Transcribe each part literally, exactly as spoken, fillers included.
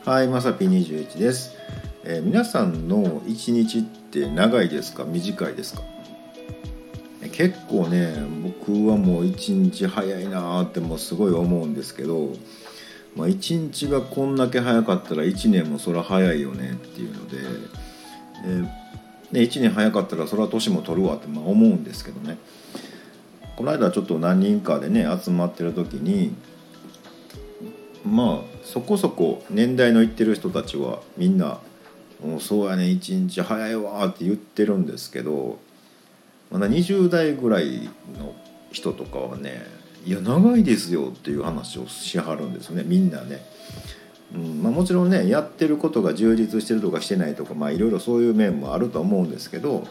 はい、まさぴにじゅういちです、えー、皆さんのいちにちって長いですか短いですか？結構ね、僕はもういちにち早いなーってもうすごい思うんですけど、まあ、いちにちがこんだけ早かったらいちねんもそら早いよねっていうので、えーね、いちねん早かったらそら年も取るわってまあ思うんですけどね。この間ちょっと何人かでね集まってる時に、まあそこそこ年代のいってる人たちはみんな「もうそうやねいちにち早いわ」って言ってるんですけど、まだにじゅう代ぐらいの人とかはね「いや長いですよ」っていう話をしはるんですよね、みんなね。うんまあ、もちろんねやってることが充実してるとかしてないとかまあいろいろそういう面もあると思うんですけど、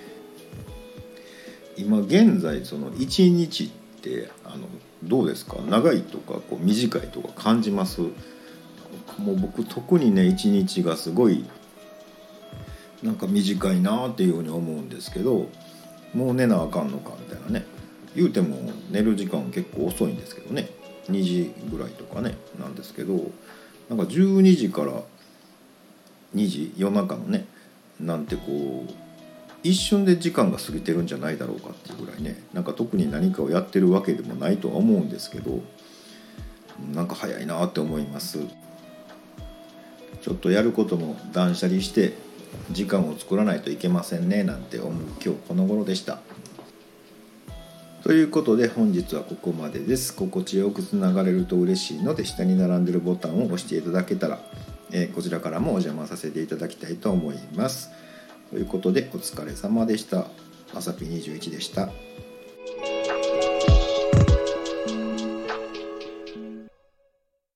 今現在そのいちにちってあのどうですか？長いとかこう短いとか感じます？もう僕特にねいちにちがすごいなんか短いなっていうふうに思うんですけど、もう寝なあかんのかみたいなね。言うても寝る時間結構遅いんですけどね、にじぐらいとかねなんですけど、なんかじゅうにじからにじ夜中のねなんてこう一瞬で時間が過ぎてるんじゃないだろうかっていうぐらいね、なんか特に何かをやってるわけでもないとは思うんですけど、なんか早いなって思います。ちょっとやることも断捨離して時間を作らないといけませんねなんて思う今日この頃でした。ということで本日はここまでです。心地よくつながれると嬉しいので下に並んでいるボタンを押していただけたら、えー、こちらからもお邪魔させていただきたいと思います。ということでお疲れ様でした。まさぴにじゅういちでした。